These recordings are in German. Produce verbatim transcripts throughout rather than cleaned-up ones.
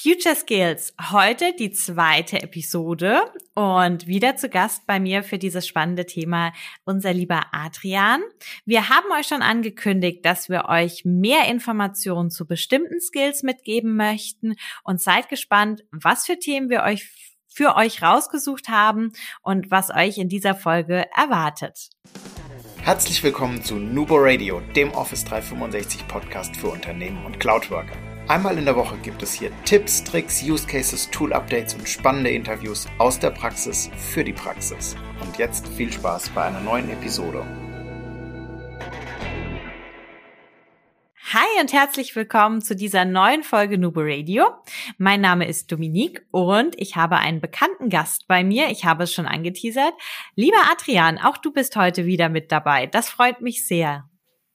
Future Skills, heute die zweite Episode und wieder zu Gast bei mir für dieses spannende Thema unser lieber Adrian. Wir haben euch schon angekündigt, dass wir euch mehr Informationen zu bestimmten Skills mitgeben möchten und seid gespannt, was für Themen wir euch für euch rausgesucht haben und was euch in dieser Folge erwartet. Herzlich willkommen zu Nubo Radio, dem Office dreihundertfünfundsechzig Podcast für Unternehmen und Cloudworker. Einmal in der Woche gibt es hier Tipps, Tricks, Use Cases, Tool-Updates und spannende Interviews aus der Praxis für die Praxis. Und jetzt viel Spaß bei einer neuen Episode. Hi und herzlich willkommen zu dieser neuen Folge Nubo Radio. Mein Name ist Dominique und ich habe einen bekannten Gast bei mir. Ich habe es schon angeteasert. Lieber Adrian, auch du bist heute wieder mit dabei. Das freut mich sehr.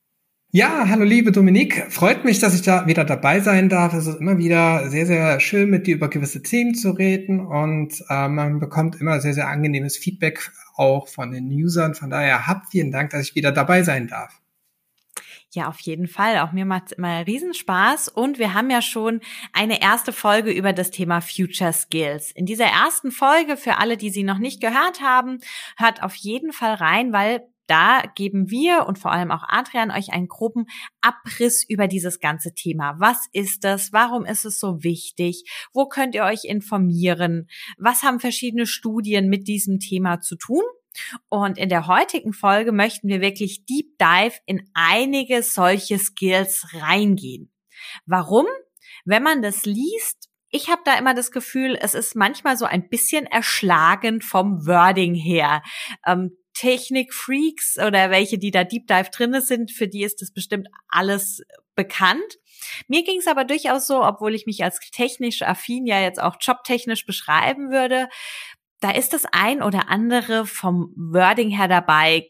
Ja, hallo liebe Dominique. Freut mich, dass ich da wieder dabei sein darf. Es ist immer wieder sehr, sehr schön, mit dir über gewisse Themen zu reden und äh, man bekommt immer sehr, sehr angenehmes Feedback auch von den Usern. Von daher habt vielen Dank, dass ich wieder dabei sein darf. Ja, auf jeden Fall. Auch mir macht es immer Riesenspaß. Und wir haben ja schon eine erste Folge über das Thema Future Skills. In dieser ersten Folge, für alle, die sie noch nicht gehört haben, hört auf jeden Fall rein, weil da geben wir und vor allem auch Adrian euch einen groben Abriss über dieses ganze Thema. Was ist das? Warum ist es so wichtig? Wo könnt ihr euch informieren? Was haben verschiedene Studien mit diesem Thema zu tun? Und in der heutigen Folge möchten wir wirklich Deep Dive in einige solche Skills reingehen. Warum? Wenn man das liest, ich habe da immer das Gefühl, es ist manchmal so ein bisschen erschlagend vom Wording her. Ähm, Technik-Freaks oder welche, die da Deep Dive drin sind, für die ist das bestimmt alles bekannt. Mir ging es aber durchaus so, obwohl ich mich als technisch affin ja jetzt auch jobtechnisch beschreiben würde, da ist das ein oder andere vom Wording her dabei,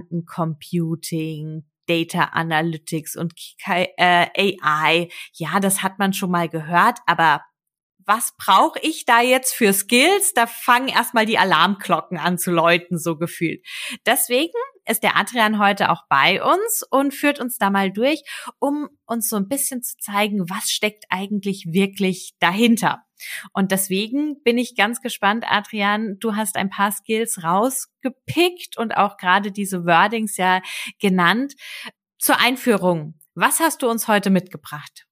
Quantencomputing, Data Analytics und A I. Ja, das hat man schon mal gehört, aber was brauche ich da jetzt für Skills? Da fangen erstmal die Alarmglocken an zu läuten, so gefühlt. Deswegen ist der Adrian heute auch bei uns und führt uns da mal durch, um uns so ein bisschen zu zeigen, was steckt eigentlich wirklich dahinter. Und deswegen bin ich ganz gespannt, Adrian, du hast ein paar Skills rausgepickt und auch gerade diese Wordings ja genannt. Zur Einführung, was hast du uns heute mitgebracht?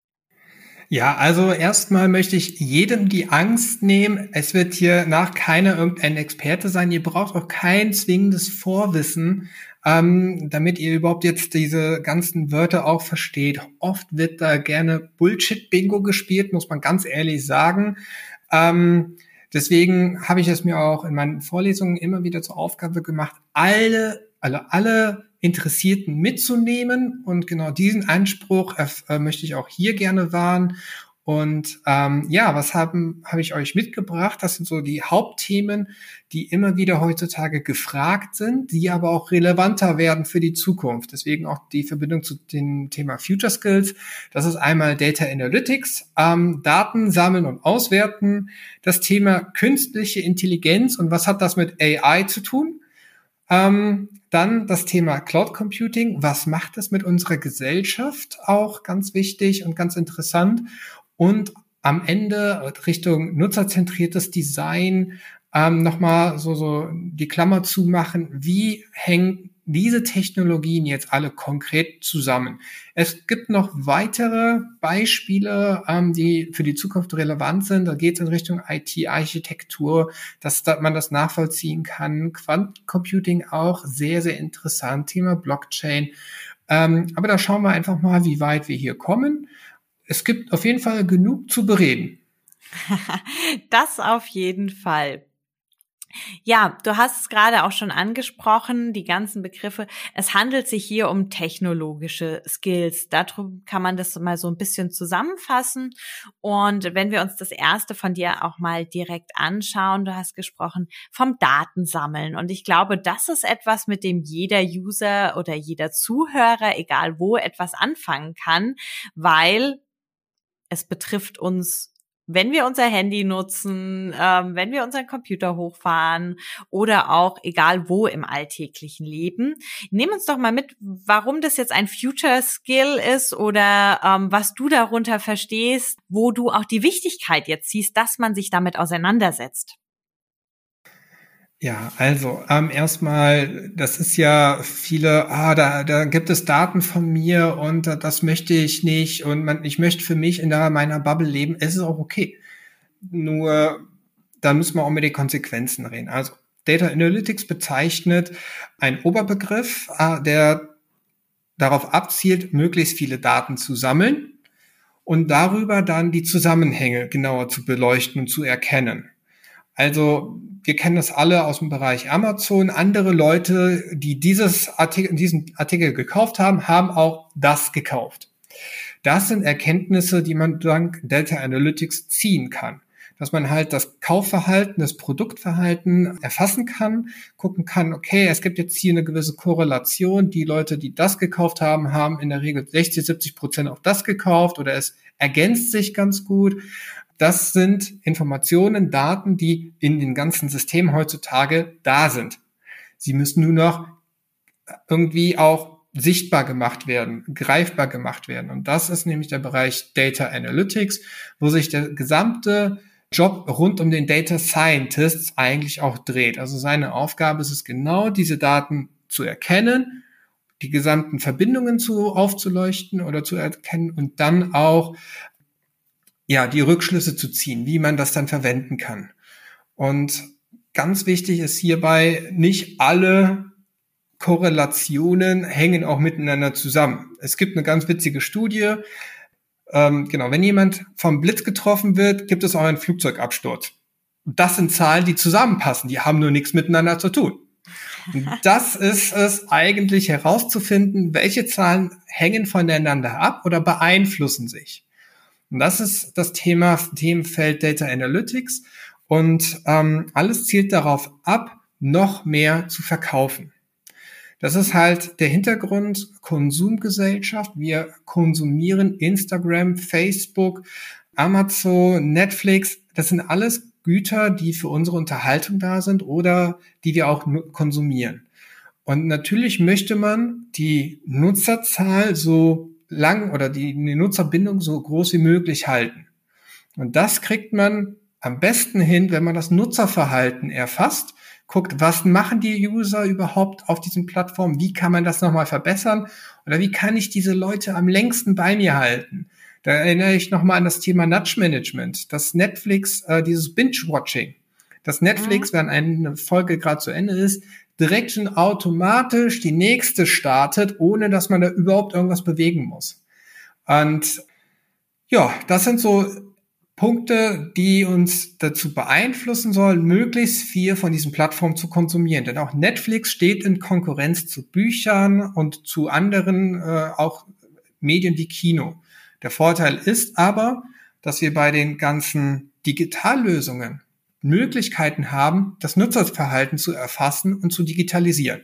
Ja, also erstmal möchte ich jedem die Angst nehmen, es wird hier nach keiner irgendein Experte sein. Ihr braucht auch kein zwingendes Vorwissen, ähm, damit ihr überhaupt jetzt diese ganzen Wörter auch versteht. Oft wird da gerne Bullshit-Bingo gespielt, muss man ganz ehrlich sagen. Ähm, deswegen habe ich es mir auch in meinen Vorlesungen immer wieder zur Aufgabe gemacht, alle, alle, alle Interessierten mitzunehmen, und genau diesen Anspruch äh, möchte ich auch hier gerne wahren. Und ähm, ja, was haben habe ich euch mitgebracht? Das sind so die Hauptthemen, die immer wieder heutzutage gefragt sind, die aber auch relevanter werden für die Zukunft. Deswegen auch die Verbindung zu dem Thema Future Skills. Das ist einmal Data Analytics, ähm, Daten sammeln und auswerten, das Thema künstliche Intelligenz und was hat das mit A I zu tun? Ähm, dann das Thema Cloud Computing. Was macht es mit unserer Gesellschaft? Auch ganz wichtig und ganz interessant. Und am Ende Richtung nutzerzentriertes Design ähm, nochmal so, so die Klammer zumachen. Wie hängen diese Technologien jetzt alle konkret zusammen? Es gibt noch weitere Beispiele, ähm, die für die Zukunft relevant sind. Da geht es in Richtung I T-Architektur, dass da man das nachvollziehen kann. Quantencomputing auch sehr, sehr interessant. Thema Blockchain. Ähm, aber da schauen wir einfach mal, wie weit wir hier kommen. Es gibt auf jeden Fall genug zu bereden. Das auf jeden Fall. Ja, du hast es gerade auch schon angesprochen, die ganzen Begriffe. Es handelt sich hier um technologische Skills. Darum kann man das mal so ein bisschen zusammenfassen. Und wenn wir uns das erste von dir auch mal direkt anschauen, du hast gesprochen vom Datensammeln. Und ich glaube, das ist etwas, mit dem jeder User oder jeder Zuhörer, egal wo, etwas anfangen kann, weil es betrifft uns wenn wir unser Handy nutzen, ähm, wenn wir unseren Computer hochfahren oder auch egal wo im alltäglichen Leben. Nimm uns doch mal mit, warum das jetzt ein Future Skill ist oder ähm, was du darunter verstehst, wo du auch die Wichtigkeit jetzt siehst, dass man sich damit auseinandersetzt. Ja, also ähm, erstmal, das ist ja viele, ah, da, da gibt es Daten von mir und äh, das möchte ich nicht und man, ich möchte für mich in der, meiner Bubble leben. Es ist auch okay. Nur, da müssen wir auch mit den Konsequenzen reden. Also Data Analytics bezeichnet einen Oberbegriff, äh, der darauf abzielt, möglichst viele Daten zu sammeln und darüber dann die Zusammenhänge genauer zu beleuchten und zu erkennen. Also wir kennen das alle aus dem Bereich Amazon. Andere Leute, die dieses Artikel, diesen Artikel gekauft haben, haben auch das gekauft. Das sind Erkenntnisse, die man dank Data Analytics ziehen kann. Dass man halt das Kaufverhalten, das Produktverhalten erfassen kann, gucken kann, okay, es gibt jetzt hier eine gewisse Korrelation. Die Leute, die das gekauft haben, haben in der Regel sechzig, siebzig Prozent auch das gekauft oder es ergänzt sich ganz gut. Das sind Informationen, Daten, die in den ganzen Systemen heutzutage da sind. Sie müssen nur noch irgendwie auch sichtbar gemacht werden, greifbar gemacht werden. Und das ist nämlich der Bereich Data Analytics, wo sich der gesamte Job rund um den Data Scientist eigentlich auch dreht. Also seine Aufgabe ist es genau, diese Daten zu erkennen, die gesamten Verbindungen zu aufzuleuchten oder zu erkennen und dann auch ja, die Rückschlüsse zu ziehen, wie man das dann verwenden kann. Und ganz wichtig ist hierbei, nicht alle Korrelationen hängen auch miteinander zusammen. Es gibt eine ganz witzige Studie, ähm, genau, wenn jemand vom Blitz getroffen wird, gibt es auch einen Flugzeugabsturz. Das sind Zahlen, die zusammenpassen, die haben nur nichts miteinander zu tun. Und das ist es eigentlich herauszufinden, welche Zahlen hängen voneinander ab oder beeinflussen sich. Und das ist das Thema, Themenfeld Data Analytics. Und ähm, alles zielt darauf ab, noch mehr zu verkaufen. Das ist halt der Hintergrund Konsumgesellschaft. Wir konsumieren Instagram, Facebook, Amazon, Netflix. Das sind alles Güter, die für unsere Unterhaltung da sind oder die wir auch konsumieren. Und natürlich möchte man die Nutzerzahl so lang oder die, die Nutzerbindung so groß wie möglich halten. Und das kriegt man am besten hin, wenn man das Nutzerverhalten erfasst, guckt, was machen die User überhaupt auf diesen Plattformen, wie kann man das nochmal verbessern oder wie kann ich diese Leute am längsten bei mir halten. Da erinnere ich nochmal an das Thema Nudge Management, das Netflix, äh, dieses Binge-Watching, dass Netflix, mhm. wenn eine Folge gerade zu Ende ist, direkt schon automatisch die nächste startet, ohne dass man da überhaupt irgendwas bewegen muss. Und ja, das sind so Punkte, die uns dazu beeinflussen sollen, möglichst viel von diesen Plattformen zu konsumieren. Denn auch Netflix steht in Konkurrenz zu Büchern und zu anderen äh, auch Medien wie Kino. Der Vorteil ist aber, dass wir bei den ganzen Digitallösungen Möglichkeiten haben, das Nutzerverhalten zu erfassen und zu digitalisieren.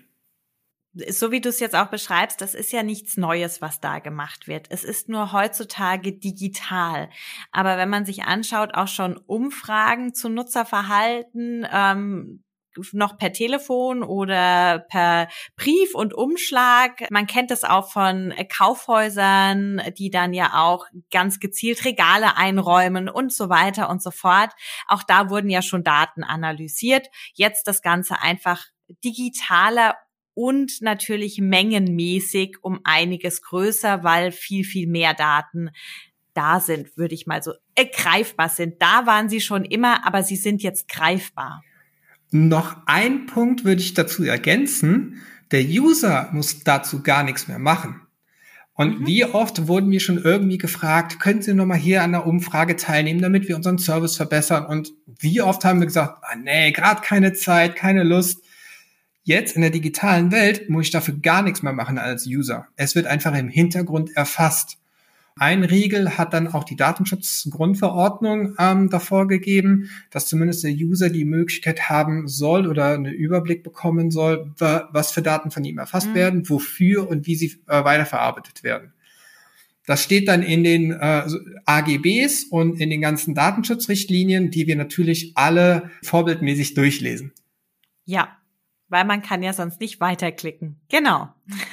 So wie du es jetzt auch beschreibst, das ist ja nichts Neues, was da gemacht wird. Es ist nur heutzutage digital. Aber wenn man sich anschaut, auch schon Umfragen zu Nutzerverhalten, ähm, noch per Telefon oder per Brief und Umschlag. Man kennt es auch von Kaufhäusern, die dann ja auch ganz gezielt Regale einräumen und so weiter und so fort. Auch da wurden ja schon Daten analysiert. Jetzt das Ganze einfach digitaler und natürlich mengenmäßig um einiges größer, weil viel, viel mehr Daten da sind, würde ich mal so, äh, greifbar sind. Da waren sie schon immer, aber sie sind jetzt greifbar. Noch ein Punkt würde ich dazu ergänzen. Der User muss dazu gar nichts mehr machen. Und mhm. wie oft wurden wir schon irgendwie gefragt, können Sie nochmal hier an der Umfrage teilnehmen, damit wir unseren Service verbessern? Und wie oft haben wir gesagt, ah, nee, gerade keine Zeit, keine Lust. Jetzt in der digitalen Welt muss ich dafür gar nichts mehr machen als User. Es wird einfach im Hintergrund erfasst. Ein Riegel hat dann auch die Datenschutzgrundverordnung ähm, davor gegeben, dass zumindest der User die Möglichkeit haben soll oder einen Überblick bekommen soll, was für Daten von ihm erfasst mhm. werden, wofür und wie sie äh, weiterverarbeitet werden. Das steht dann in den äh, A G Bs und in den ganzen Datenschutzrichtlinien, die wir natürlich alle vorbildmäßig durchlesen. Ja, weil man kann ja sonst nicht weiterklicken. Genau.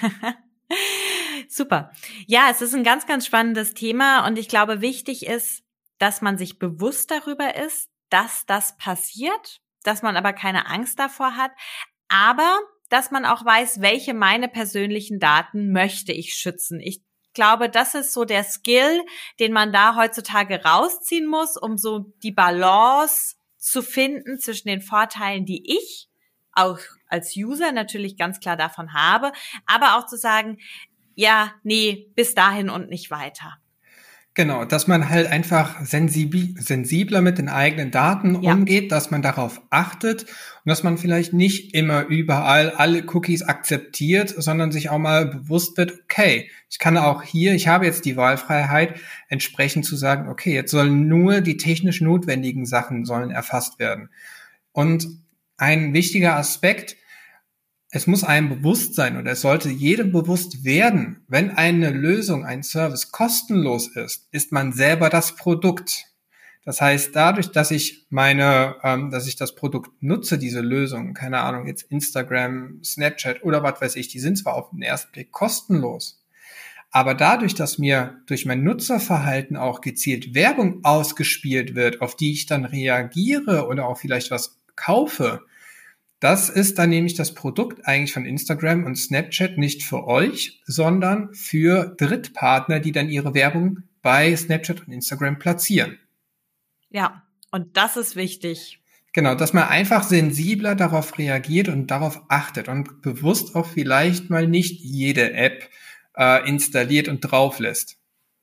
Super. Ja, es ist ein ganz, ganz spannendes Thema und ich glaube, wichtig ist, dass man sich bewusst darüber ist, dass das passiert, dass man aber keine Angst davor hat, aber dass man auch weiß, welche meine persönlichen Daten möchte ich schützen. Ich glaube, das ist so der Skill, den man da heutzutage rausziehen muss, um so die Balance zu finden zwischen den Vorteilen, die ich auch als User natürlich ganz klar davon habe, aber auch zu sagen, ja, nee, bis dahin und nicht weiter. Genau, dass man halt einfach sensibel, sensibler mit den eigenen Daten ja. umgeht, dass man darauf achtet und dass man vielleicht nicht immer überall alle Cookies akzeptiert, sondern sich auch mal bewusst wird, okay, ich kann auch hier, ich habe jetzt die Wahlfreiheit, entsprechend zu sagen, okay, jetzt sollen nur die technisch notwendigen Sachen sollen erfasst werden. Und ein wichtiger Aspekt, es muss einem bewusst sein oder es sollte jedem bewusst werden, wenn eine Lösung, ein Service kostenlos ist, ist man selber das Produkt. Das heißt, dadurch, dass ich meine, ähm, dass ich das Produkt nutze, diese Lösung, keine Ahnung, jetzt Instagram, Snapchat oder was weiß ich, die sind zwar auf den ersten Blick kostenlos, aber dadurch, dass mir durch mein Nutzerverhalten auch gezielt Werbung ausgespielt wird, auf die ich dann reagiere oder auch vielleicht was kaufe, das ist dann nämlich das Produkt eigentlich von Instagram und Snapchat nicht für euch, sondern für Drittpartner, die dann ihre Werbung bei Snapchat und Instagram platzieren. Ja, und das ist wichtig. Genau, dass man einfach sensibler darauf reagiert und darauf achtet und bewusst auch vielleicht mal nicht jede App äh, installiert und drauf lässt.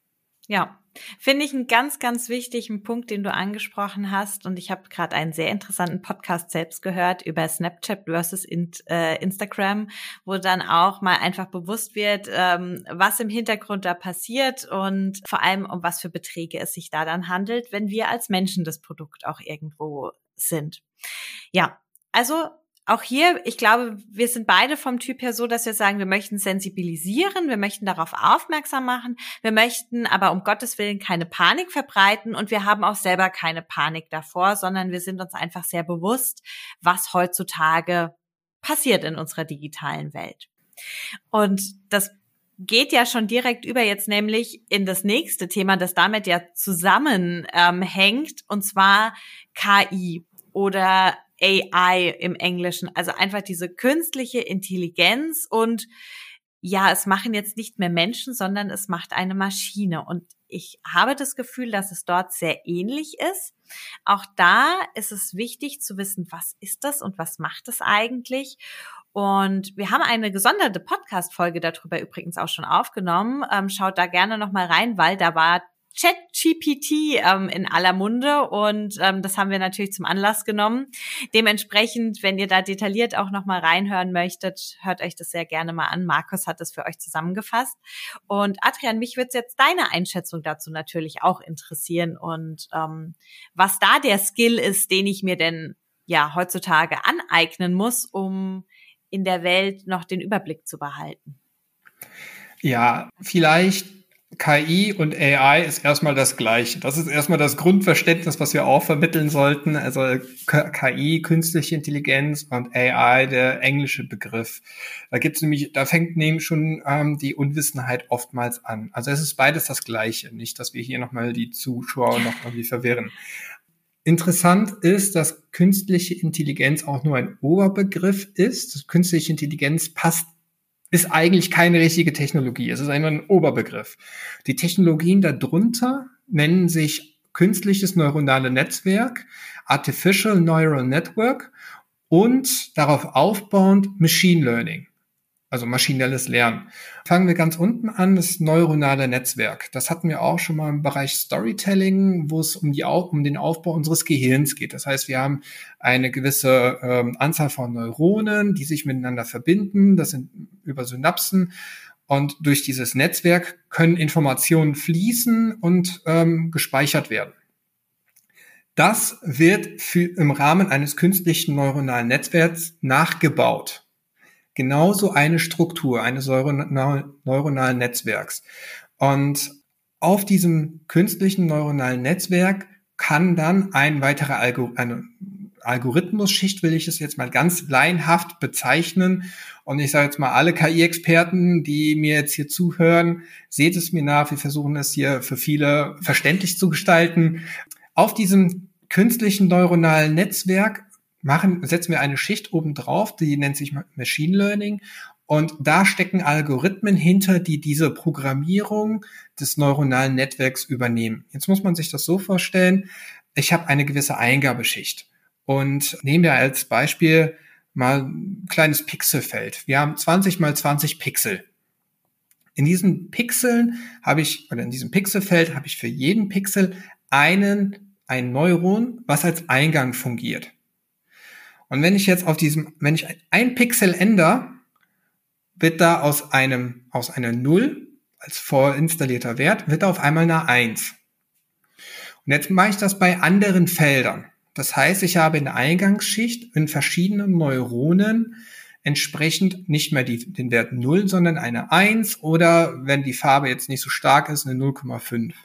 Ja, finde ich einen ganz, ganz wichtigen Punkt, den du angesprochen hast. Und ich habe gerade einen sehr interessanten Podcast selbst gehört über Snapchat versus in, äh, Instagram, wo dann auch mal einfach bewusst wird, ähm, was im Hintergrund da passiert und vor allem, um was für Beträge es sich da dann handelt, wenn wir als Menschen das Produkt auch irgendwo sind. Ja, also auch hier, ich glaube, wir sind beide vom Typ her so, dass wir sagen, wir möchten sensibilisieren, wir möchten darauf aufmerksam machen, wir möchten aber um Gottes Willen keine Panik verbreiten und wir haben auch selber keine Panik davor, sondern wir sind uns einfach sehr bewusst, was heutzutage passiert in unserer digitalen Welt. Und das geht ja schon direkt über jetzt nämlich in das nächste Thema, das damit ja zusammenhängt, ähm, und zwar K I oder A I im Englischen, also einfach diese künstliche Intelligenz und ja, es machen jetzt nicht mehr Menschen, sondern es macht eine Maschine und ich habe das Gefühl, dass es dort sehr ähnlich ist. Auch da ist es wichtig zu wissen, was ist das und was macht es eigentlich? Und wir haben eine gesonderte Podcast-Folge darüber übrigens auch schon aufgenommen. Ähm, schaut da gerne nochmal rein, weil da war ChatGPT ähm, in aller Munde und ähm, das haben wir natürlich zum Anlass genommen. Dementsprechend, wenn ihr da detailliert auch nochmal reinhören möchtet, hört euch das sehr gerne mal an. Markus hat das für euch zusammengefasst. Und Adrian, mich würde jetzt deine Einschätzung dazu natürlich auch interessieren und ähm, was da der Skill ist, den ich mir denn ja heutzutage aneignen muss, um in der Welt noch den Überblick zu behalten. Ja, vielleicht K I und A I ist erstmal das Gleiche. Das ist erstmal das Grundverständnis, was wir auch vermitteln sollten. Also K I, künstliche Intelligenz und A I, der englische Begriff. Da gibt's nämlich, da fängt nämlich schon ähm, die Unwissenheit oftmals an. Also es ist beides das Gleiche. Nicht, dass wir hier nochmal die Zuschauer noch irgendwie verwirren. Interessant ist, dass künstliche Intelligenz auch nur ein Oberbegriff ist. Künstliche Intelligenz passt ist eigentlich keine richtige Technologie. Es ist einfach ein Oberbegriff. Die Technologien darunter nennen sich künstliches neuronale Netzwerk, Artificial Neural Network und darauf aufbauend Machine Learning, also maschinelles Lernen. Fangen wir ganz unten an, das neuronale Netzwerk. Das hatten wir auch schon mal im Bereich Storytelling, wo es um, die, um den Aufbau unseres Gehirns geht. Das heißt, wir haben eine gewisse ähm, Anzahl von Neuronen, die sich miteinander verbinden. Das sind über Synapsen. Und durch dieses Netzwerk können Informationen fließen und ähm, gespeichert werden. Das wird für, im Rahmen eines künstlichen neuronalen Netzwerks nachgebaut. Genauso eine Struktur eines neuronalen Netzwerks. Und auf diesem künstlichen neuronalen Netzwerk kann dann ein weiterer Algor- eine Algorithmus-Schicht, will ich es jetzt mal ganz laienhaft bezeichnen. Und ich sage jetzt mal, alle K I-Experten, die mir jetzt hier zuhören, seht es mir nach. Wir versuchen es hier für viele verständlich zu gestalten. Auf diesem künstlichen neuronalen Netzwerk machen, setzen wir eine Schicht oben drauf, die nennt sich Machine Learning. Und da stecken Algorithmen hinter, die diese Programmierung des neuronalen Netzwerks übernehmen. Jetzt muss man sich das so vorstellen, ich habe eine gewisse Eingabeschicht. Und nehmen wir als Beispiel mal ein kleines Pixelfeld. Wir haben zwanzig mal zwanzig Pixel. In diesen Pixeln habe ich, oder in diesem Pixelfeld habe ich für jeden Pixel einen, ein Neuron, was als Eingang fungiert. Und wenn ich jetzt auf diesem, wenn ich ein Pixel ändere, wird da aus einem, aus einer Null als vorinstallierter Wert, wird da auf einmal eine eins. Und jetzt mache ich das bei anderen Feldern. Das heißt, ich habe in der Eingangsschicht in verschiedenen Neuronen entsprechend nicht mehr die, den Wert null, sondern eine eins oder, wenn die Farbe jetzt nicht so stark ist, eine null Komma fünf.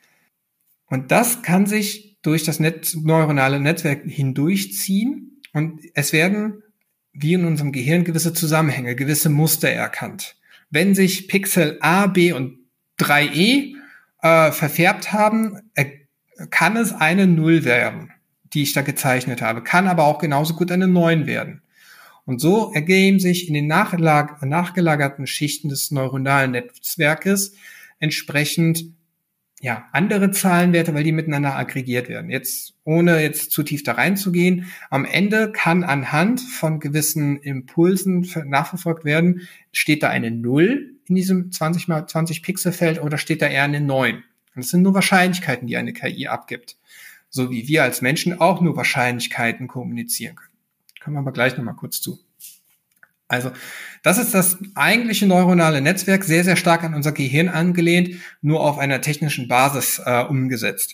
Und das kann sich durch das Netz, neuronale Netzwerk hindurchziehen und es werden, wie in unserem Gehirn, gewisse Zusammenhänge, gewisse Muster erkannt. Wenn sich Pixel A, B und drei E äh, verfärbt haben, äh, kann es eine Null werden, die ich da gezeichnet habe, kann aber auch genauso gut eine neun werden. Und so ergeben sich in den nachgelag- nachgelagerten Schichten des neuronalen Netzwerkes entsprechend ja andere Zahlenwerte, weil die miteinander aggregiert werden. Jetzt, ohne jetzt zu tief da reinzugehen, am Ende kann anhand von gewissen Impulsen nachverfolgt werden, steht da eine Null in diesem zwanzig mal zwanzig Pixelfeld oder steht da eher eine neun. Und das sind nur Wahrscheinlichkeiten, die eine K I abgibt. So wie wir als Menschen auch nur Wahrscheinlichkeiten kommunizieren können. Kommen wir aber gleich nochmal kurz zu. Also, das ist das eigentliche neuronale Netzwerk, sehr, sehr stark an unser Gehirn angelehnt, nur auf einer technischen Basis äh, umgesetzt.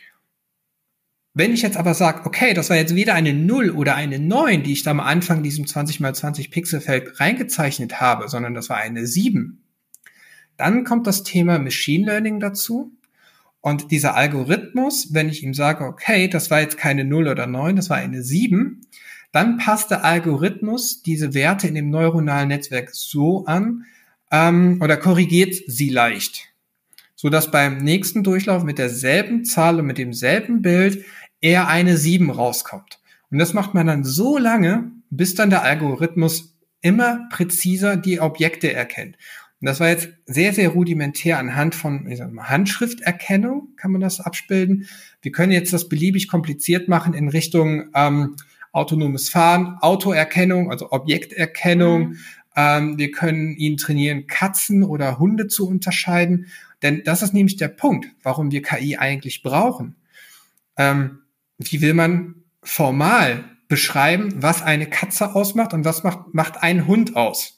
Wenn ich jetzt aber sage, okay, das war jetzt weder eine Null oder eine neun, die ich da am Anfang diesem zwanzig mal zwanzig Pixelfeld reingezeichnet habe, sondern das war eine sieben, dann kommt das Thema Machine Learning dazu. Und dieser Algorithmus, wenn ich ihm sage, okay, das war jetzt keine null oder neun, das war eine sieben, dann passt der Algorithmus diese Werte in dem neuronalen Netzwerk so an ähm, oder korrigiert sie leicht, sodass beim nächsten Durchlauf mit derselben Zahl und mit demselben Bild eher eine sieben rauskommt. Und das macht man dann so lange, bis dann der Algorithmus immer präziser die Objekte erkennt. Und das war jetzt sehr, sehr rudimentär anhand von ich sag mal, Handschrifterkennung, kann man das abbilden. Wir können jetzt das beliebig kompliziert machen in Richtung ähm, autonomes Fahren, Autoerkennung, also Objekterkennung. Mhm. Ähm, wir können ihn trainieren, Katzen oder Hunde zu unterscheiden. Denn das ist nämlich der Punkt, warum wir K I eigentlich brauchen. Ähm, wie will man formal beschreiben, was eine Katze ausmacht und was macht, macht ein Hund aus?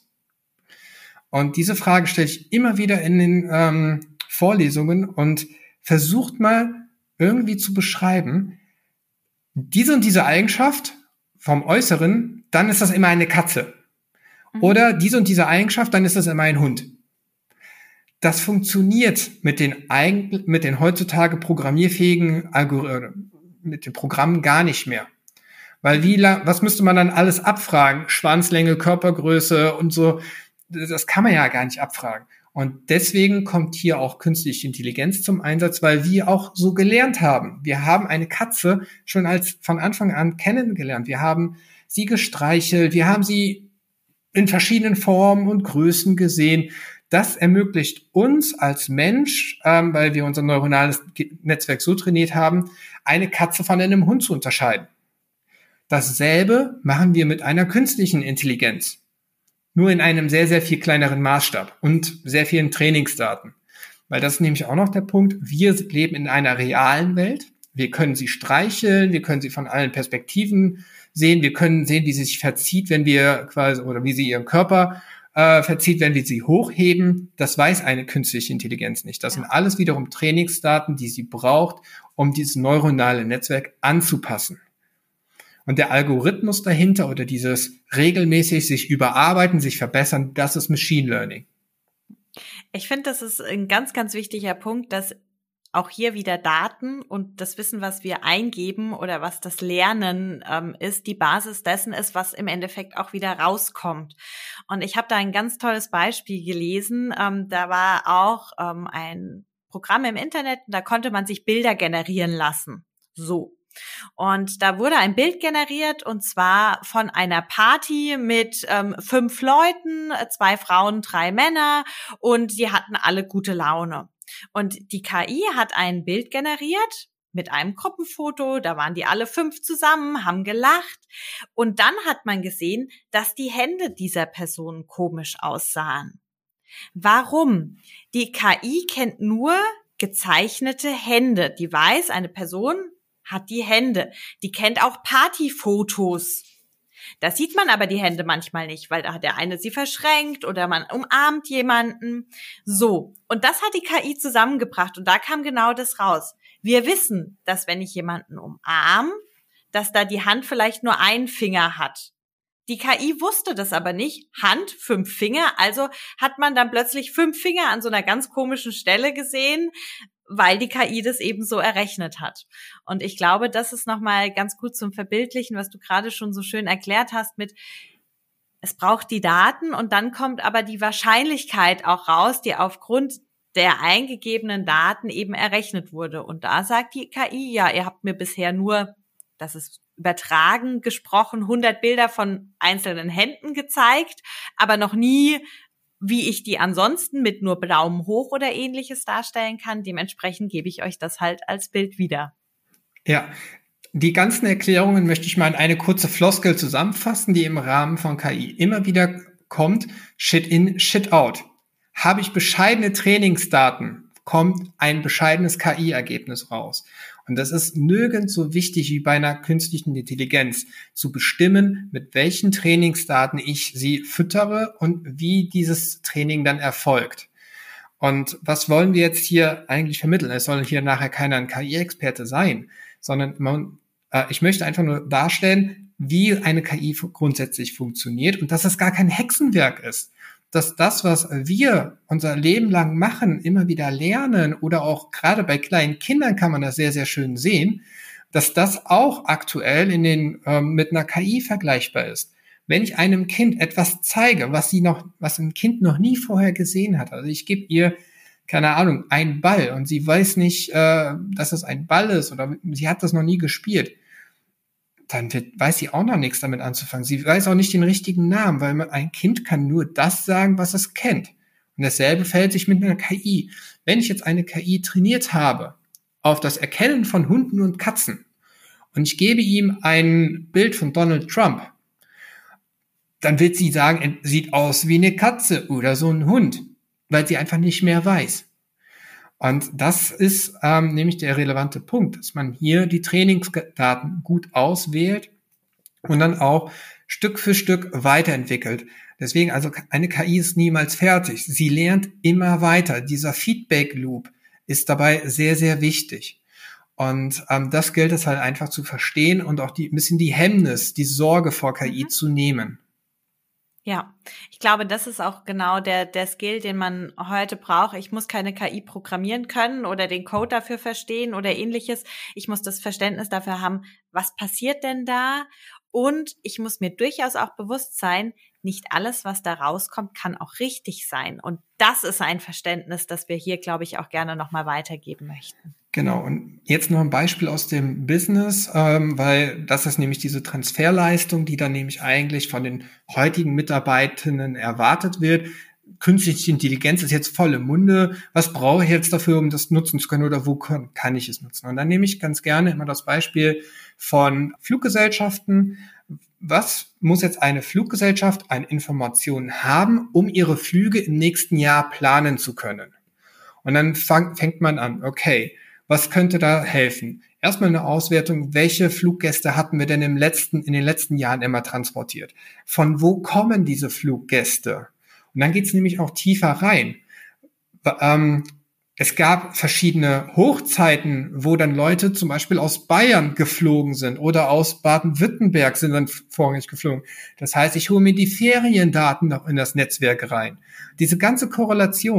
Und diese Frage stelle ich immer wieder in den ähm, Vorlesungen und versucht mal irgendwie zu beschreiben, diese und diese Eigenschaft vom Äußeren, dann ist das immer eine Katze. Mhm. Oder diese und diese Eigenschaft, dann ist das immer ein Hund. Das funktioniert mit den, eigen, mit den heutzutage programmierfähigen Algorithmen, mit den Programmen gar nicht mehr. Weil wie lang, was müsste man dann alles abfragen? Schwanzlänge, Körpergröße und so. Das kann man ja gar nicht abfragen. Und deswegen kommt hier auch künstliche Intelligenz zum Einsatz, weil wir auch so gelernt haben. Wir haben eine Katze schon als von Anfang an kennengelernt. Wir haben sie gestreichelt, wir haben sie in verschiedenen Formen und Größen gesehen. Das ermöglicht uns als Mensch, ähm, weil wir unser neuronales Netzwerk so trainiert haben, eine Katze von einem Hund zu unterscheiden. Dasselbe machen wir mit einer künstlichen Intelligenz. Nur in einem sehr, sehr viel kleineren Maßstab und sehr vielen Trainingsdaten. Weil das ist nämlich auch noch der Punkt, wir leben in einer realen Welt. Wir können sie streicheln, wir können sie von allen Perspektiven sehen, wir können sehen, wie sie sich verzieht, wenn wir quasi, oder wie sie ihren Körper äh, verzieht, wenn wir sie hochheben. Das weiß eine künstliche Intelligenz nicht. Das ja. sind alles wiederum Trainingsdaten, die sie braucht, um dieses neuronale Netzwerk anzupassen. Und der Algorithmus dahinter oder dieses regelmäßig sich überarbeiten, sich verbessern, das ist Machine Learning. Ich finde, das ist ein ganz, ganz wichtiger Punkt, dass auch hier wieder Daten und das Wissen, was wir eingeben oder was das Lernen ähm, ist, die Basis dessen ist, was im Endeffekt auch wieder rauskommt. Und ich habe da ein ganz tolles Beispiel gelesen. Ähm, da war auch ähm, ein Programm im Internet, da konnte man sich Bilder generieren lassen. So. Und da wurde ein Bild generiert und zwar von einer Party mit ähm, fünf Leuten, zwei Frauen, drei Männer und die hatten alle gute Laune. Und die K I hat ein Bild generiert mit einem Gruppenfoto, da waren die alle fünf zusammen, haben gelacht und dann hat man gesehen, dass die Hände dieser Person komisch aussahen. Warum? Die K I kennt nur gezeichnete Hände. Die weiß, eine Person hat die Hände. Die kennt auch Partyfotos. Da sieht man aber die Hände manchmal nicht, weil da hat der eine sie verschränkt oder man umarmt jemanden. So, und das hat die K I zusammengebracht und da kam genau das raus. Wir wissen, dass wenn ich jemanden umarme, dass da die Hand vielleicht nur einen Finger hat. Die K I wusste das aber nicht. Hand, fünf Finger, also hat man dann plötzlich fünf Finger an so einer ganz komischen Stelle gesehen, weil die K I das eben so errechnet hat. Und ich glaube, das ist nochmal ganz gut zum Verbildlichen, was du gerade schon so schön erklärt hast mit, es braucht die Daten und dann kommt aber die Wahrscheinlichkeit auch raus, die aufgrund der eingegebenen Daten eben errechnet wurde. Und da sagt die K I, ja, ihr habt mir bisher nur, das ist übertragen gesprochen, hundert Bilder von einzelnen Händen gezeigt, aber noch nie, wie ich die ansonsten mit nur Daumen hoch oder ähnliches darstellen kann. Dementsprechend gebe ich euch das halt als Bild wieder. Ja, die ganzen Erklärungen möchte ich mal in eine kurze Floskel zusammenfassen, die im Rahmen von K I immer wieder kommt. Shit in, Shit out. Habe ich bescheidene Trainingsdaten, kommt ein bescheidenes K I-Ergebnis raus. Und das ist nirgends so wichtig wie bei einer künstlichen Intelligenz, zu bestimmen, mit welchen Trainingsdaten ich sie füttere und wie dieses Training dann erfolgt. Und was wollen wir jetzt hier eigentlich vermitteln? Es soll hier nachher keiner ein K I-Experte sein, sondern man, äh, ich möchte einfach nur darstellen, wie eine K I grundsätzlich funktioniert und dass es gar kein Hexenwerk ist. Dass das, was wir unser Leben lang machen, immer wieder lernen oder auch gerade bei kleinen Kindern kann man das sehr, sehr schön sehen, dass das auch aktuell in den ähm, mit einer K I vergleichbar ist. Wenn ich einem Kind etwas zeige, was sie noch, was ein Kind noch nie vorher gesehen hat, also ich gebe ihr, keine Ahnung, einen Ball und sie weiß nicht, äh, dass es ein Ball ist oder sie hat das noch nie gespielt, dann wird, weiß sie auch noch nichts damit anzufangen. Sie weiß auch nicht den richtigen Namen, weil man, ein Kind kann nur das sagen, was es kennt. Und dasselbe verhält sich mit einer K I. Wenn ich jetzt eine K I trainiert habe auf das Erkennen von Hunden und Katzen und ich gebe ihm ein Bild von Donald Trump, dann wird sie sagen, er sieht aus wie eine Katze oder so ein Hund, weil sie einfach nicht mehr weiß. Und das ist ähm, nämlich der relevante Punkt, dass man hier die Trainingsdaten gut auswählt und dann auch Stück für Stück weiterentwickelt. Deswegen, also eine K I ist niemals fertig. Sie lernt immer weiter. Dieser Feedback-Loop ist dabei sehr, sehr wichtig. Und ähm, das gilt es halt einfach zu verstehen und auch die, ein bisschen die Hemmnis, die Sorge vor K I mhm. zu nehmen. Ja, ich glaube, das ist auch genau der der Skill, den man heute braucht. Ich muss keine K I programmieren können oder den Code dafür verstehen oder ähnliches. Ich muss das Verständnis dafür haben, was passiert denn da? Und ich muss mir durchaus auch bewusst sein, nicht alles, was da rauskommt, kann auch richtig sein. Und das ist ein Verständnis, das wir hier, glaube ich, auch gerne nochmal weitergeben möchten. Genau, und jetzt noch ein Beispiel aus dem Business, ähm, weil das ist nämlich diese Transferleistung, die dann nämlich eigentlich von den heutigen Mitarbeitenden erwartet wird. Künstliche Intelligenz ist jetzt voll im Munde. Was brauche ich jetzt dafür, um das nutzen zu können oder wo kann, kann ich es nutzen? Und dann nehme ich ganz gerne immer das Beispiel von Fluggesellschaften. Was muss jetzt eine Fluggesellschaft an Informationen haben, um ihre Flüge im nächsten Jahr planen zu können? Und dann fang, fängt man an, okay, was könnte da helfen? Erstmal eine Auswertung, welche Fluggäste hatten wir denn im letzten, in den letzten Jahren immer transportiert? Von wo kommen diese Fluggäste? Und dann geht's nämlich auch tiefer rein. Ähm, es gab verschiedene Hochzeiten, wo dann Leute zum Beispiel aus Bayern geflogen sind oder aus Baden-Württemberg sind dann vorrangig geflogen. Das heißt, ich hole mir die Feriendaten noch in das Netzwerk rein. Diese ganze Korrelation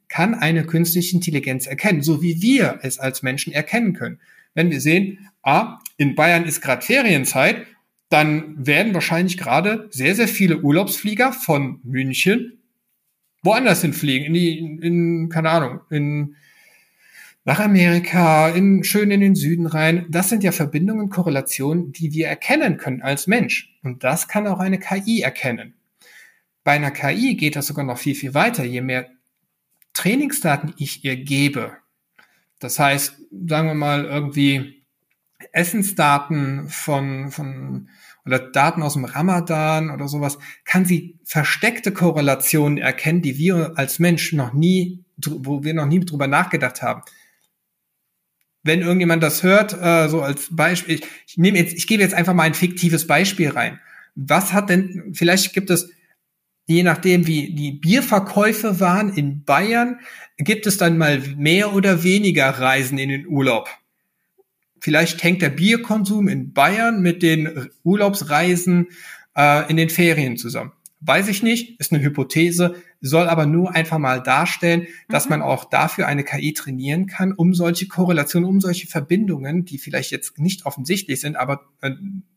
kann eine künstliche Intelligenz erkennen, so wie wir es als Menschen erkennen können. Wenn wir sehen, ah, in Bayern ist gerade Ferienzeit, dann werden wahrscheinlich gerade sehr, sehr viele Urlaubsflieger von München woanders hinfliegen, in die, in, in keine Ahnung, in nach Amerika, in, schön in den Süden rein. Das sind ja Verbindungen, Korrelationen, die wir erkennen können als Mensch. Und das kann auch eine K I erkennen. Bei einer K I geht das sogar noch viel, viel weiter. Je mehr Trainingsdaten ich ihr gebe, das heißt, sagen wir mal irgendwie Essensdaten von, von, oder Daten aus dem Ramadan oder sowas, kann sie versteckte Korrelationen erkennen, die wir als Mensch noch nie, wo wir noch nie drüber nachgedacht haben. Wenn irgendjemand das hört, äh, so als Beispiel, ich, ich nehme jetzt, ich gebe jetzt einfach mal ein fiktives Beispiel rein. Was hat denn, vielleicht gibt es, je nachdem wie die Bierverkäufe waren in Bayern, gibt es dann mal mehr oder weniger Reisen in den Urlaub. Vielleicht hängt der Bierkonsum in Bayern mit den Urlaubsreisen äh, in den Ferien zusammen. Weiß ich nicht, ist eine Hypothese, soll aber nur einfach mal darstellen, dass mhm. man auch dafür eine K I trainieren kann, um solche Korrelationen, um solche Verbindungen, die vielleicht jetzt nicht offensichtlich sind, aber äh,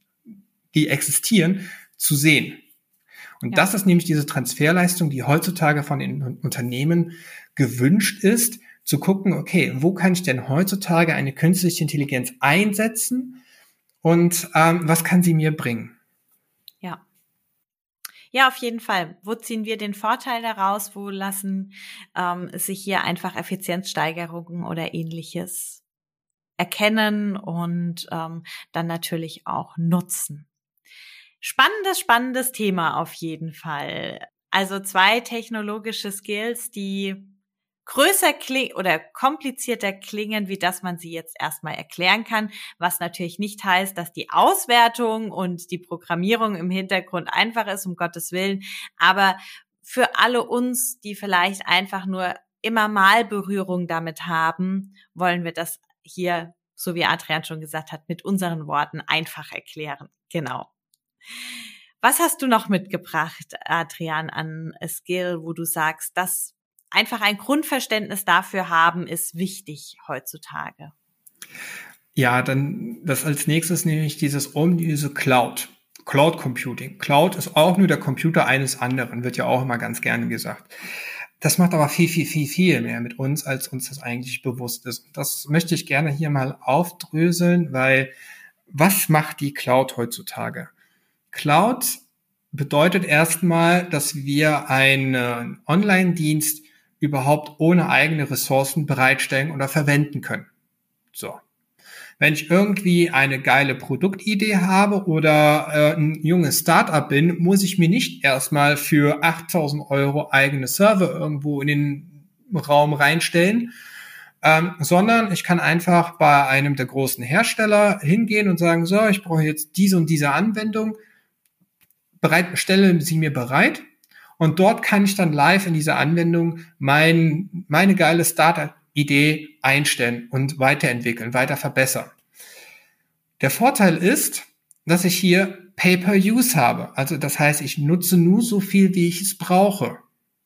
die existieren, zu sehen. Und ja. das ist nämlich diese Transferleistung, die heutzutage von den Unternehmen gewünscht ist, zu gucken, okay, wo kann ich denn heutzutage eine künstliche Intelligenz einsetzen und ähm, was kann sie mir bringen? Ja. Ja, auf jeden Fall. Wo ziehen wir den Vorteil daraus? Wo lassen ähm, sich hier einfach Effizienzsteigerungen oder Ähnliches erkennen und ähm, dann natürlich auch nutzen? Spannendes, spannendes Thema auf jeden Fall. Also zwei technologische Skills, die größer klingen oder komplizierter klingen, wie dass man sie jetzt erstmal erklären kann, was natürlich nicht heißt, dass die Auswertung und die Programmierung im Hintergrund einfach ist, um Gottes Willen, aber für alle uns, die vielleicht einfach nur immer mal Berührung damit haben, wollen wir das hier, so wie Adrian schon gesagt hat, mit unseren Worten einfach erklären. Genau. Was hast du noch mitgebracht, Adrian, an a Skill, wo du sagst, dass einfach ein Grundverständnis dafür haben, ist wichtig heutzutage? Ja, dann das als nächstes nehme ich dieses ominöse Cloud. Cloud Computing. Cloud ist auch nur der Computer eines anderen, wird ja auch immer ganz gerne gesagt. Das macht aber viel, viel, viel, viel mehr mit uns, als uns das eigentlich bewusst ist. Und das möchte ich gerne hier mal aufdröseln, weil was macht die Cloud heutzutage? Cloud bedeutet erstmal, dass wir einen Online-Dienst überhaupt ohne eigene Ressourcen bereitstellen oder verwenden können. So. Wenn ich irgendwie eine geile Produktidee habe oder äh, ein junges Startup bin, muss ich mir nicht erstmal für achttausend Euro eigene Server irgendwo in den Raum reinstellen, ähm, sondern ich kann einfach bei einem der großen Hersteller hingehen und sagen, so, ich brauche jetzt diese und diese Anwendung, bereit, stelle sie mir bereit. Und dort kann ich dann live in dieser Anwendung mein, meine geile Startup-Idee einstellen und weiterentwickeln, weiter verbessern. Der Vorteil ist, dass ich hier Pay-per-Use habe. Also das heißt, ich nutze nur so viel, wie ich es brauche.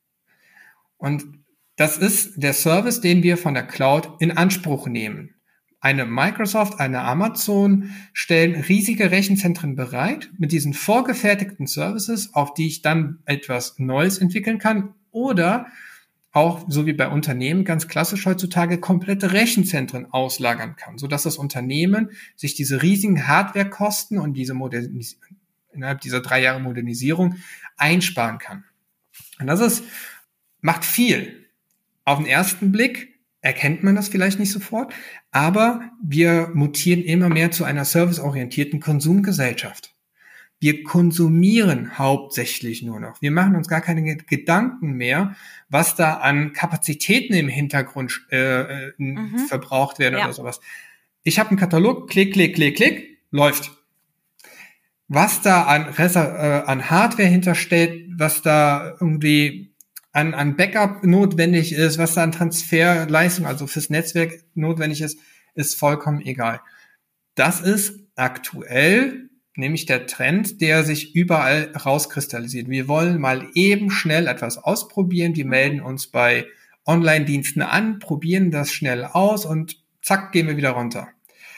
Und das ist der Service, den wir von der Cloud in Anspruch nehmen. Eine Microsoft, eine Amazon stellen riesige Rechenzentren bereit mit diesen vorgefertigten Services, auf die ich dann etwas Neues entwickeln kann oder auch, so wie bei Unternehmen ganz klassisch heutzutage, komplette Rechenzentren auslagern kann, sodass das Unternehmen sich diese riesigen Hardwarekosten und diese Modernis- innerhalb dieser drei Jahre Modernisierung einsparen kann. Und das ist, macht viel. Auf den ersten Blick erkennt man das vielleicht nicht sofort, aber wir mutieren immer mehr zu einer serviceorientierten Konsumgesellschaft. Wir konsumieren hauptsächlich nur noch. Wir machen uns gar keine Gedanken mehr, was da an Kapazitäten im Hintergrund äh, mhm. verbraucht werden ja. oder sowas. Ich habe einen Katalog, klick, klick, klick, klick, läuft. Was da an, Reser- äh, an Hardware hintersteht, was da irgendwie an, an Backup notwendig ist, was da an Transferleistung, also fürs Netzwerk notwendig ist, ist vollkommen egal. Das ist aktuell nämlich der Trend, der sich überall rauskristallisiert. Wir wollen mal eben schnell etwas ausprobieren. Wir melden uns bei Online-Diensten an, probieren das schnell aus und zack, gehen wir wieder runter.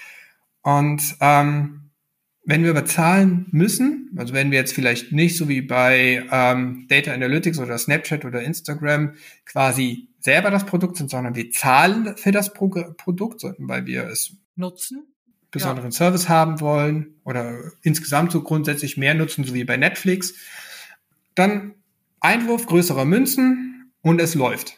Und ähm, wenn wir bezahlen müssen, also wenn wir jetzt vielleicht nicht so wie bei ähm, Data Analytics oder Snapchat oder Instagram quasi selber das Produkt sind, sondern wir zahlen für das Pro- Produkt, weil wir es nutzen, besonderen ja. Service haben wollen oder insgesamt so grundsätzlich mehr nutzen, so wie bei Netflix, dann Einwurf größerer Münzen und es läuft.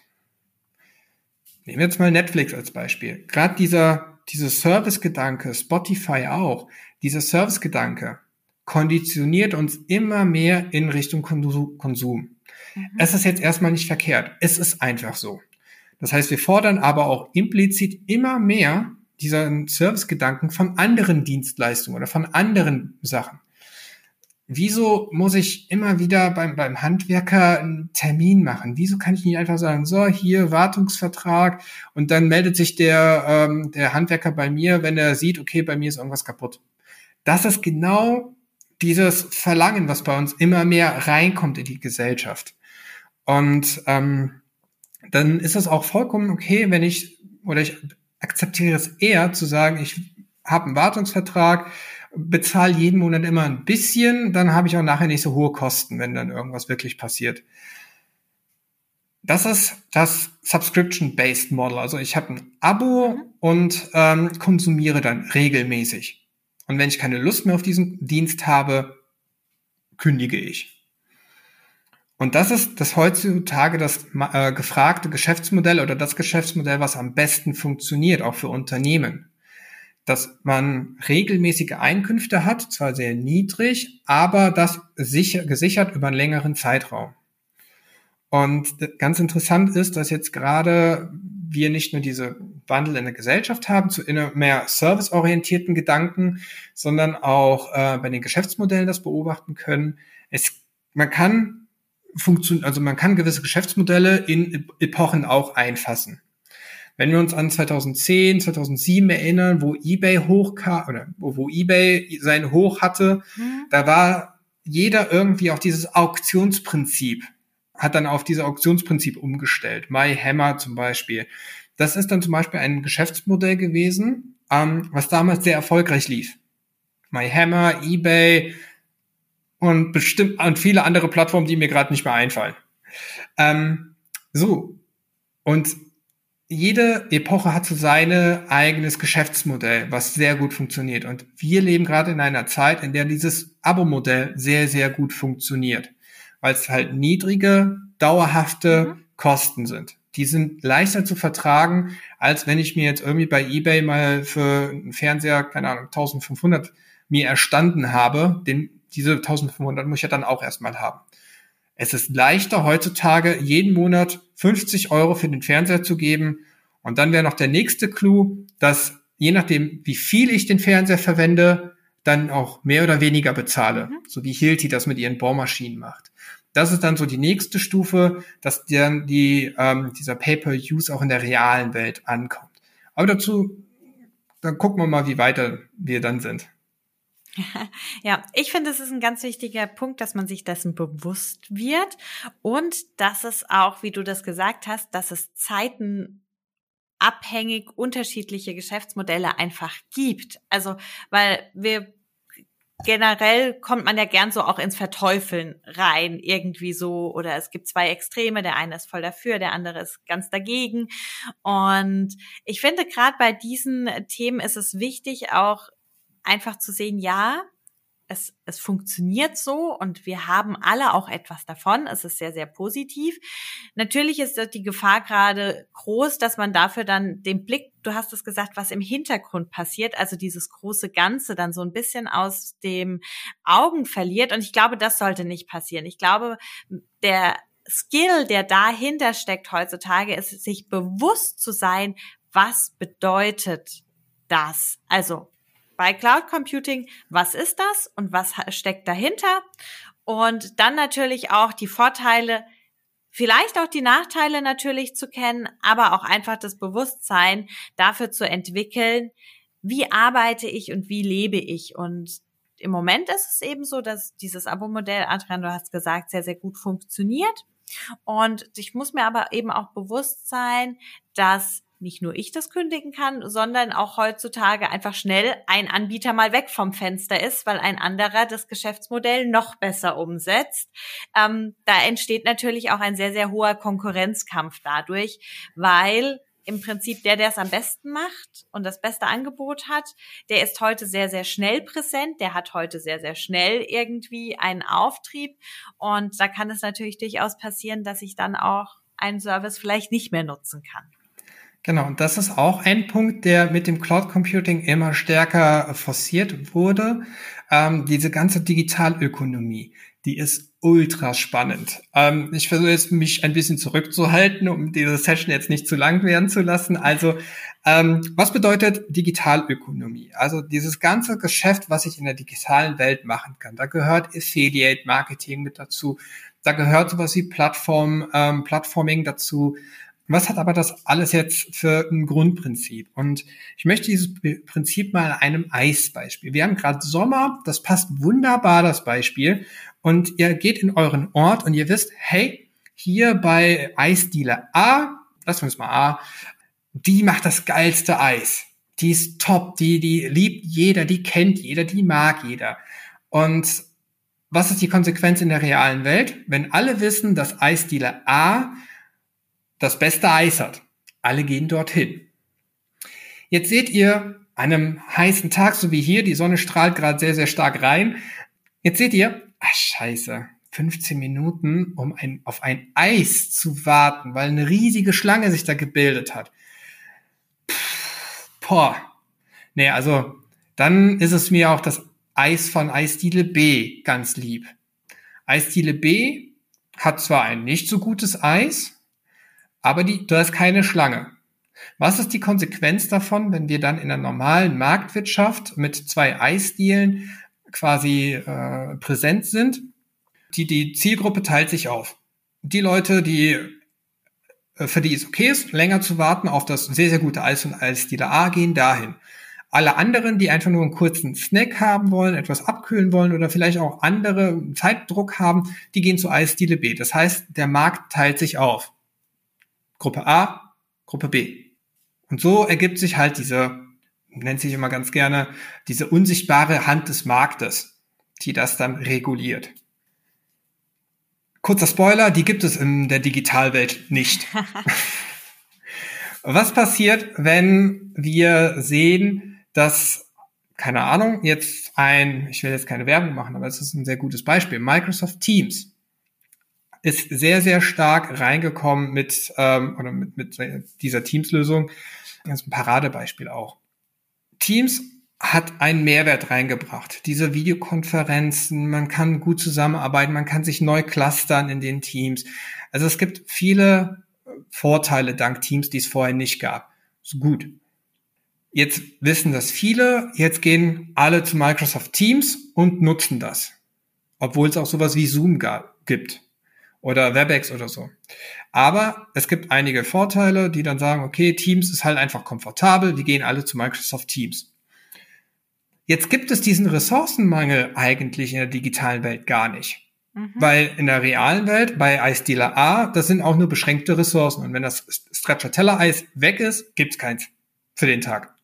Nehmen wir jetzt mal Netflix als Beispiel. Gerade dieser, dieser Service-Gedanke, Spotify auch, dieser Service-Gedanke konditioniert uns immer mehr in Richtung Konsum. Mhm. Es ist jetzt erstmal nicht verkehrt. Es ist einfach so. Das heißt, wir fordern aber auch implizit immer mehr diesen Service-Gedanken von anderen Dienstleistungen oder von anderen Sachen. Wieso muss ich immer wieder beim, beim Handwerker einen Termin machen? Wieso kann ich nicht einfach sagen, so, hier Wartungsvertrag und dann meldet sich der, ähm, der Handwerker bei mir, wenn er sieht, okay, bei mir ist irgendwas kaputt. Das ist genau dieses Verlangen, was bei uns immer mehr reinkommt in die Gesellschaft. Und ähm, dann ist es auch vollkommen okay, wenn ich, oder ich akzeptiere es eher, zu sagen, ich habe einen Wartungsvertrag, bezahle jeden Monat immer ein bisschen, dann habe ich auch nachher nicht so hohe Kosten, wenn dann irgendwas wirklich passiert. Das ist das Subscription-Based Model. Also ich habe ein Abo mhm. und ähm, konsumiere dann regelmäßig. Und wenn ich keine Lust mehr auf diesen Dienst habe, kündige ich. Und das ist das heutzutage das äh, gefragte Geschäftsmodell oder das Geschäftsmodell, was am besten funktioniert, auch für Unternehmen. Dass man regelmäßige Einkünfte hat, zwar sehr niedrig, aber das sicher, gesichert über einen längeren Zeitraum. Und ganz interessant ist, dass jetzt gerade wir nicht nur diese Wandel in der Gesellschaft haben zu immer mehr serviceorientierten Gedanken, sondern auch äh, bei den Geschäftsmodellen das beobachten können. Es, man kann funktion, also man kann gewisse Geschäftsmodelle in Epochen auch einfassen. Wenn wir uns an zweitausendzehn, zweitausendsieben erinnern, wo eBay hochkam oder wo, wo eBay sein Hoch hatte, mhm. da war jeder irgendwie auf dieses Auktionsprinzip, hat dann auf dieses Auktionsprinzip umgestellt. MyHammer zum Beispiel. Das ist dann zum Beispiel ein Geschäftsmodell gewesen, ähm, was damals sehr erfolgreich lief. MyHammer, eBay und bestimmt und viele andere Plattformen, die mir gerade nicht mehr einfallen. Ähm, so. Und jede Epoche hat so sein eigenes Geschäftsmodell, was sehr gut funktioniert. Und wir leben gerade in einer Zeit, in der dieses Abo-Modell sehr, sehr gut funktioniert, weil es halt niedrige, dauerhafte mhm. Kosten sind. Die sind leichter zu vertragen, als wenn ich mir jetzt irgendwie bei eBay mal für einen Fernseher, keine Ahnung, eintausendfünfhundert mir erstanden habe. Den, diese eintausendfünfhundert muss ich ja dann auch erstmal haben. Es ist leichter heutzutage, jeden Monat fünfzig Euro für den Fernseher zu geben. Und dann wäre noch der nächste Clou, dass je nachdem, wie viel ich den Fernseher verwende, dann auch mehr oder weniger bezahle. Mhm. So wie Hilti das mit ihren Bohrmaschinen macht. Das ist dann so die nächste Stufe, dass dann die, ähm, dieser Pay-per-Use auch in der realen Welt ankommt. Aber dazu, dann gucken wir mal, wie weiter wir dann sind. Ja, ich finde, es ist ein ganz wichtiger Punkt, dass man sich dessen bewusst wird und dass es auch, wie du das gesagt hast, dass es zeitenabhängig unterschiedliche Geschäftsmodelle einfach gibt. Also, weil wir generell kommt man ja gern so auch ins Verteufeln rein, irgendwie so, oder es gibt zwei Extreme, der eine ist voll dafür, der andere ist ganz dagegen. Und ich finde, gerade bei diesen Themen ist es wichtig, auch einfach zu sehen, ja, es, es funktioniert so und wir haben alle auch etwas davon. Es ist sehr, sehr positiv. Natürlich ist die Gefahr gerade groß, dass man dafür dann den Blick, du hast es gesagt, was im Hintergrund passiert, also dieses große Ganze dann so ein bisschen aus dem Augen verliert. Und ich glaube, das sollte nicht passieren. Ich glaube, der Skill, der dahinter steckt heutzutage, ist, sich bewusst zu sein, was bedeutet das? Also bei Cloud Computing, was ist das und was steckt dahinter? Und dann natürlich auch die Vorteile, vielleicht auch die Nachteile natürlich zu kennen, aber auch einfach das Bewusstsein dafür zu entwickeln, wie arbeite ich und wie lebe ich. Und im Moment ist es eben so, dass dieses Abo-Modell, Adrian, du hast gesagt, sehr, sehr gut funktioniert. Und ich muss mir aber eben auch bewusst sein, dass nicht nur ich das kündigen kann, sondern auch heutzutage einfach schnell ein Anbieter mal weg vom Fenster ist, weil ein anderer das Geschäftsmodell noch besser umsetzt. Ähm, da entsteht natürlich auch ein sehr, sehr hoher Konkurrenzkampf dadurch, weil im Prinzip der, der es am besten macht und das beste Angebot hat, der ist heute sehr, sehr schnell präsent, der hat heute sehr, sehr schnell irgendwie einen Auftrieb und da kann es natürlich durchaus passieren, dass ich dann auch einen Service vielleicht nicht mehr nutzen kann. Genau, und das ist auch ein Punkt, der mit dem Cloud Computing immer stärker forciert wurde. Ähm, diese ganze Digitalökonomie, die ist ultra spannend. Ähm, ich versuche jetzt, mich ein bisschen zurückzuhalten, um diese Session jetzt nicht zu lang werden zu lassen. Also, ähm, was bedeutet Digitalökonomie? Also dieses ganze Geschäft, was ich in der digitalen Welt machen kann. Da gehört Affiliate Marketing mit dazu. Da gehört sowas wie Plattform, ähm, Plattforming dazu. Was hat aber das alles jetzt für ein Grundprinzip? Und ich möchte dieses Prinzip mal an einem Eisbeispiel. Wir haben gerade Sommer, das passt wunderbar, das Beispiel. Und ihr geht in euren Ort und ihr wisst, hey, hier bei Eisdiele A, lassen wir es mal A, die macht das geilste Eis. Die ist top, die, die liebt jeder, die kennt jeder, die mag jeder. Und was ist die Konsequenz in der realen Welt? Wenn alle wissen, dass Eisdiele A das beste Eis hat. Alle gehen dorthin. Jetzt seht ihr an einem heißen Tag, so wie hier, die Sonne strahlt gerade sehr, sehr stark rein. Jetzt seht ihr, ach scheiße, fünfzehn Minuten, um ein, auf ein Eis zu warten, weil eine riesige Schlange sich da gebildet hat. Pff, boah. Nee, also dann ist es mir auch das Eis von Eisdiele B ganz lieb. Eisdiele B hat zwar ein nicht so gutes Eis, aber die, da ist keine Schlange. Was ist die Konsequenz davon, wenn wir dann in einer normalen Marktwirtschaft mit zwei Eisdielen quasi äh, präsent sind? Die, die Zielgruppe teilt sich auf. Die Leute, die für die es okay ist, länger zu warten auf das sehr, sehr gute Eis von Eisdiele A, gehen dahin. Alle anderen, die einfach nur einen kurzen Snack haben wollen, etwas abkühlen wollen oder vielleicht auch andere Zeitdruck haben, die gehen zu Eisdiele B. Das heißt, der Markt teilt sich auf. Gruppe A, Gruppe B. Und so ergibt sich halt diese, nennt sich immer ganz gerne, diese unsichtbare Hand des Marktes, die das dann reguliert. Kurzer Spoiler, die gibt es in der Digitalwelt nicht. Was passiert, wenn wir sehen, dass, keine Ahnung, jetzt ein, ich will jetzt keine Werbung machen, aber es ist ein sehr gutes Beispiel, Microsoft Teams ist sehr, sehr stark reingekommen mit, ähm, oder mit, mit dieser Teams-Lösung. Das ist ein Paradebeispiel auch. Teams hat einen Mehrwert reingebracht. Diese Videokonferenzen, man kann gut zusammenarbeiten, man kann sich neu clustern in den Teams. Also es gibt viele Vorteile dank Teams, die es vorher nicht gab. So gut. Jetzt wissen das viele, jetzt gehen alle zu Microsoft Teams und nutzen das. Obwohl es auch sowas wie Zoom gab, gibt. Oder Webex oder so. Aber es gibt einige Vorteile, die dann sagen, okay, Teams ist halt einfach komfortabel, die gehen alle zu Microsoft Teams. Jetzt gibt es diesen Ressourcenmangel eigentlich in der digitalen Welt gar nicht. Mhm. Weil in der realen Welt, bei Eisdiele A, das sind auch nur beschränkte Ressourcen. Und wenn das Stracciatella-Eis weg ist, gibt's keins für den Tag.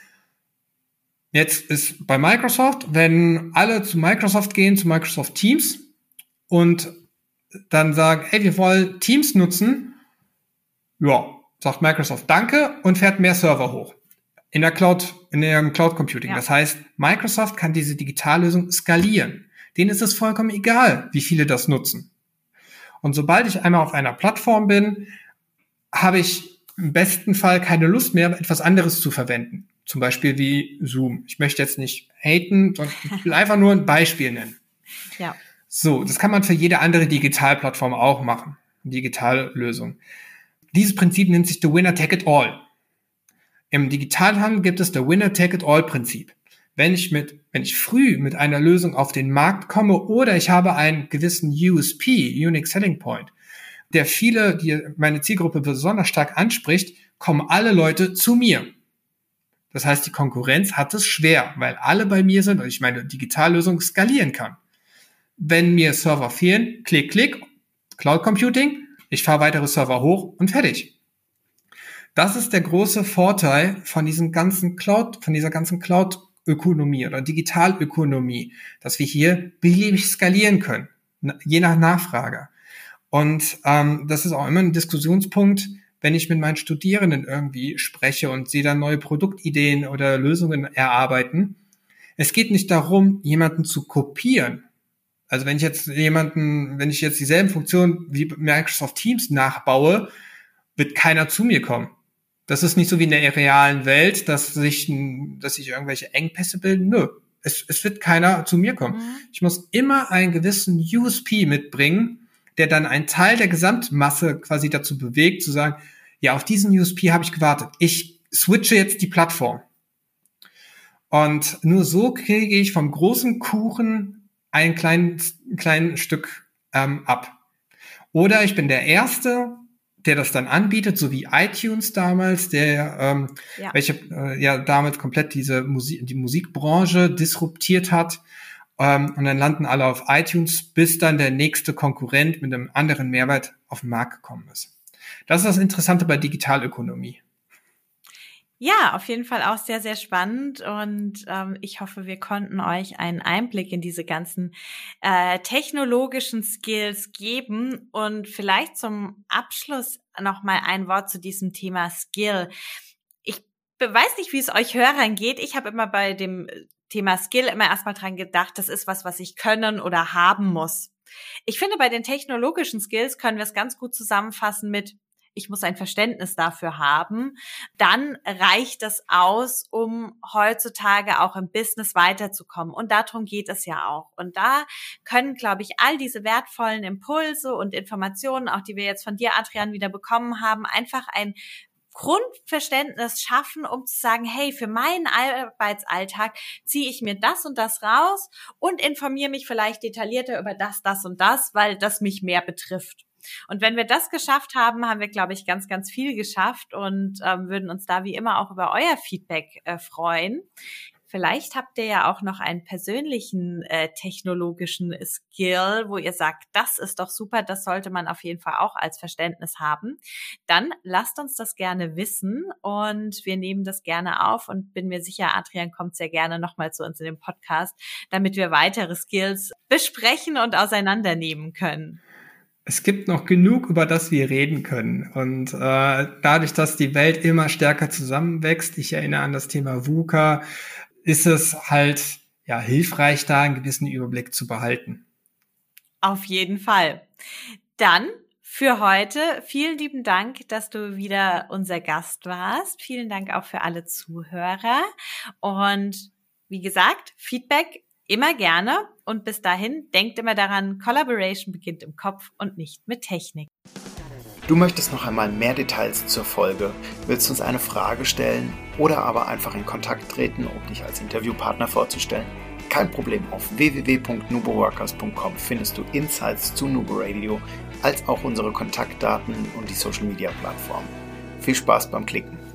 Jetzt ist bei Microsoft, wenn alle zu Microsoft gehen, zu Microsoft Teams und dann sagen, hey, wir wollen Teams nutzen, ja, sagt Microsoft Danke und fährt mehr Server hoch. In der Cloud, in dem Cloud Computing. Ja. Das heißt, Microsoft kann diese Digitallösung skalieren. Denen ist es vollkommen egal, wie viele das nutzen. Und sobald ich einmal auf einer Plattform bin, habe ich im besten Fall keine Lust mehr, etwas anderes zu verwenden. Zum Beispiel wie Zoom. Ich möchte jetzt nicht haten, sondern ich will einfach nur ein Beispiel nennen. Ja. So, das kann man für jede andere Digitalplattform auch machen. Digitallösung. Dieses Prinzip nennt sich the winner take it all. Im Digitalhandel gibt es the winner take it all Prinzip. Wenn ich mit, wenn ich früh mit einer Lösung auf den Markt komme oder ich habe einen gewissen U S P, Unique Selling Point, der viele, die meine Zielgruppe besonders stark anspricht, kommen alle Leute zu mir. Das heißt, die Konkurrenz hat es schwer, weil alle bei mir sind und ich meine Digitallösung skalieren kann. Wenn mir Server fehlen, klick, klick, Cloud Computing, ich fahre weitere Server hoch und fertig. Das ist der große Vorteil von diesem ganzen Cloud, von dieser ganzen Cloud-Ökonomie oder Digitalökonomie, dass wir hier beliebig skalieren können, je nach Nachfrage. Und ähm, das ist auch immer ein Diskussionspunkt, wenn ich mit meinen Studierenden irgendwie spreche und sie dann neue Produktideen oder Lösungen erarbeiten. Es geht nicht darum, jemanden zu kopieren. Also wenn ich jetzt jemanden, wenn ich jetzt dieselben Funktionen wie Microsoft Teams nachbaue, wird keiner zu mir kommen. Das ist nicht so wie in der realen Welt, dass sich, dass sich irgendwelche Engpässe bilden. Nö, es, es wird keiner zu mir kommen. Mhm. Ich muss immer einen gewissen U S P mitbringen, der dann einen Teil der Gesamtmasse quasi dazu bewegt, zu sagen, ja, auf diesen U S P habe ich gewartet. Ich switche jetzt die Plattform. Und nur so kriege ich vom großen Kuchen ein kleines, ein kleines Stück ähm, ab. Oder ich bin der Erste, der das dann anbietet, so wie iTunes damals, der ähm, ja. welche äh, ja damals komplett diese Musik, die Musikbranche disruptiert hat. Ähm, und dann landen alle auf iTunes, bis dann der nächste Konkurrent mit einem anderen Mehrwert auf den Markt gekommen ist. Das ist das Interessante bei Digitalökonomie. Ja, auf jeden Fall auch sehr, sehr spannend und ähm, ich hoffe, wir konnten euch einen Einblick in diese ganzen äh, technologischen Skills geben und vielleicht zum Abschluss noch mal ein Wort zu diesem Thema Skill. Ich weiß nicht, wie es euch Hörern geht. Ich habe immer bei dem Thema Skill immer erstmal dran gedacht, das ist was, was ich können oder haben muss. Ich finde, bei den technologischen Skills können wir es ganz gut zusammenfassen mit ich muss ein Verständnis dafür haben, dann reicht es aus, um heutzutage auch im Business weiterzukommen. Und darum geht es ja auch. Und da können, glaube ich, all diese wertvollen Impulse und Informationen, auch die wir jetzt von dir, Adrian, wieder bekommen haben, einfach ein Grundverständnis schaffen, um zu sagen, hey, für meinen Arbeitsalltag ziehe ich mir das und das raus und informiere mich vielleicht detaillierter über das, das und das, weil das mich mehr betrifft. Und wenn wir das geschafft haben, haben wir, glaube ich, ganz, ganz viel geschafft und ähm, würden uns da wie immer auch über euer Feedback äh, freuen. Vielleicht habt ihr ja auch noch einen persönlichen äh, technologischen Skill, wo ihr sagt, das ist doch super, das sollte man auf jeden Fall auch als Verständnis haben. Dann lasst uns das gerne wissen und wir nehmen das gerne auf und bin mir sicher, Adrian kommt sehr gerne nochmal zu uns in den Podcast, damit wir weitere Skills besprechen und auseinandernehmen können. Es gibt noch genug, über das wir reden können. Und äh, dadurch, dass die Welt immer stärker zusammenwächst, ich erinnere an das Thema VUCA, ist es halt ja hilfreich, da einen gewissen Überblick zu behalten. Auf jeden Fall. Dann für heute vielen lieben Dank, dass du wieder unser Gast warst. Vielen Dank auch für alle Zuhörer. Und wie gesagt, Feedback immer gerne und bis dahin, denkt immer daran, Collaboration beginnt im Kopf und nicht mit Technik. Du möchtest noch einmal mehr Details zur Folge, willst uns eine Frage stellen oder aber einfach in Kontakt treten, um dich als Interviewpartner vorzustellen? Kein Problem, auf w w w punkt nuboworkers punkt com findest du Insights zu Nubo Radio, als auch unsere Kontaktdaten und die Social Media Plattform. Viel Spaß beim Klicken!